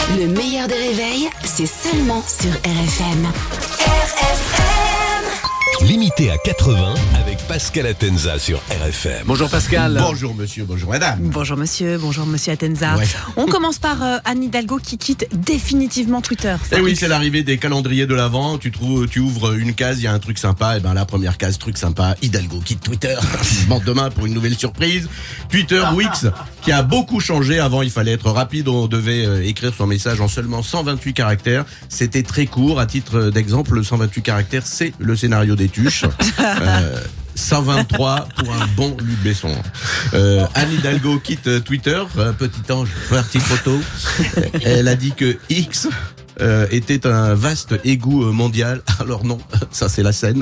Le meilleur des réveils, c'est seulement sur RFM. RFM. Limité à 80 avec Pascal Atenza sur RFM. Bonjour Pascal. Bonjour monsieur, bonjour madame. Bonjour monsieur Atenza. Ouais. On commence par Anne Hidalgo qui quitte définitivement Twitter. Et oui, c'est l'arrivée des calendriers de l'Avent. Tu ouvres une case, il y a un truc sympa. Et ben la première case, truc sympa, Hidalgo quitte Twitter. Bon, demain pour une nouvelle surprise. Twitter ou X qui a beaucoup changé. Avant, il fallait être rapide. On devait écrire son message en seulement 128 caractères. C'était très court. À titre d'exemple, 128 caractères, c'est le scénario des Tuches. 123 pour un bon Luc Besson. Anne Hidalgo quitte Twitter. Petit ange, partie photo. Elle a dit que X était un vaste égout mondial. Alors non, ça c'est la Seine.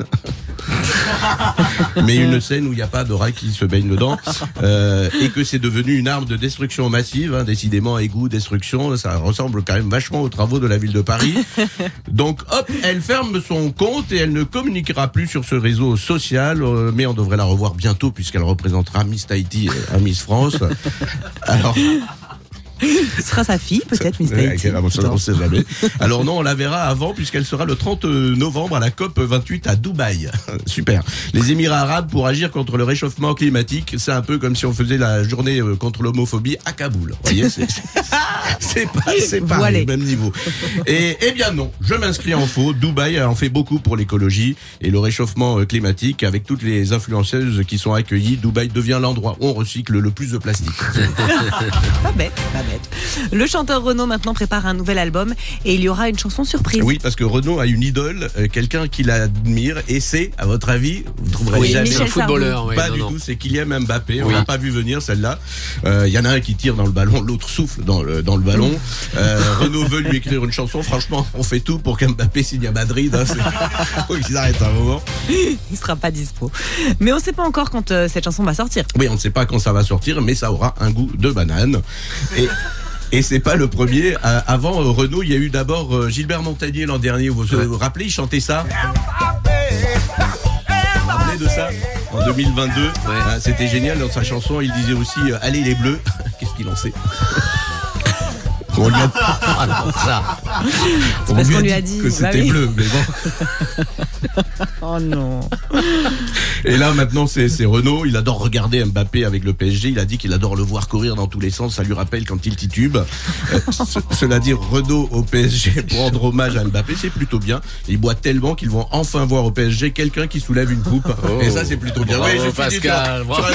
Mais une Seine où il n'y a pas de rats qui se baignent dedans. Et que c'est devenu une arme de destruction massive. Hein, décidément, égout, destruction, ça ressemble quand même vachement aux travaux de la ville de Paris. Donc hop, elle ferme son compte et elle ne communiquera plus sur ce réseau social. Mais on devrait la revoir bientôt puisqu'elle représentera Miss Tahiti à Miss France. Alors... Ce sera sa fille, peut-être, Miss Tahiti. On sait jamais. Alors non, on la verra avant puisqu'elle sera le 30 novembre à la COP 28 à Dubaï. Super. Les Émirats arabes pour agir contre le réchauffement climatique, c'est un peu comme si on faisait la journée contre l'homophobie à Kaboul. Vous voyez, c'est pas le même niveau. Et eh bien non, je m'inscris en faux. Dubaï en fait beaucoup pour l'écologie et le réchauffement climatique. Avec toutes les influenceuses qui sont accueillies, Dubaï devient l'endroit où on recycle le plus de plastique. Pas bête. Le chanteur Renaud maintenant prépare un nouvel album et il y aura une chanson surprise. Oui, parce que Renaud a une idole, quelqu'un qui l'admire et c'est, à votre avis, vous trouverez jamais Michel un footballeur. pas du tout, c'est Kylian Mbappé. On l'a pas vu venir celle-là. Il y en a un qui tire dans le ballon, l'autre souffle dans le ballon. Renaud veut lui écrire une chanson. Franchement, on fait tout pour qu'Mbappé signe à Madrid. Hein, faut qu'ils arrêtent un moment. Il sera pas dispo. Mais on ne sait pas encore quand cette chanson va sortir. Oui, on ne sait pas quand ça va sortir, mais ça aura un goût de banane. Et c'est pas le premier. Avant Renaud, il y a eu d'abord Gilbert Montagnier l'an dernier. Vous vous rappelez, il chantait ça. Vous vous rappelez de ça en 2022. Ouais. C'était génial. Dans sa chanson, il disait aussi allez les bleus. Qu'est-ce qu'il en sait? On lui a... C'est parce qu'on lui a dit que c'était bleu, mais bon. Oh non. Et là maintenant c'est Renaud, il adore regarder Mbappé avec le PSG, il a dit qu'il adore le voir courir dans tous les sens, ça lui rappelle quand il titube. Cela dit, Renaud au PSG pour rendre hommage à Mbappé, c'est plutôt bien. Il boit tellement qu'ils vont enfin voir au PSG quelqu'un qui soulève une coupe. Et ça c'est plutôt bien. Bravo, Oui, Pascal, bravo.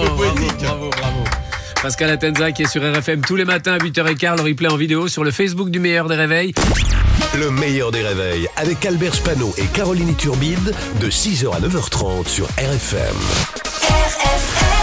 Pascal Atenza qui est sur RFM tous les matins à 8h15, le replay en vidéo sur le Facebook du meilleur des réveils. Le meilleur des réveils avec Albert Spano et Caroline Turbide de 6h à 9h30 sur RFM. RFM.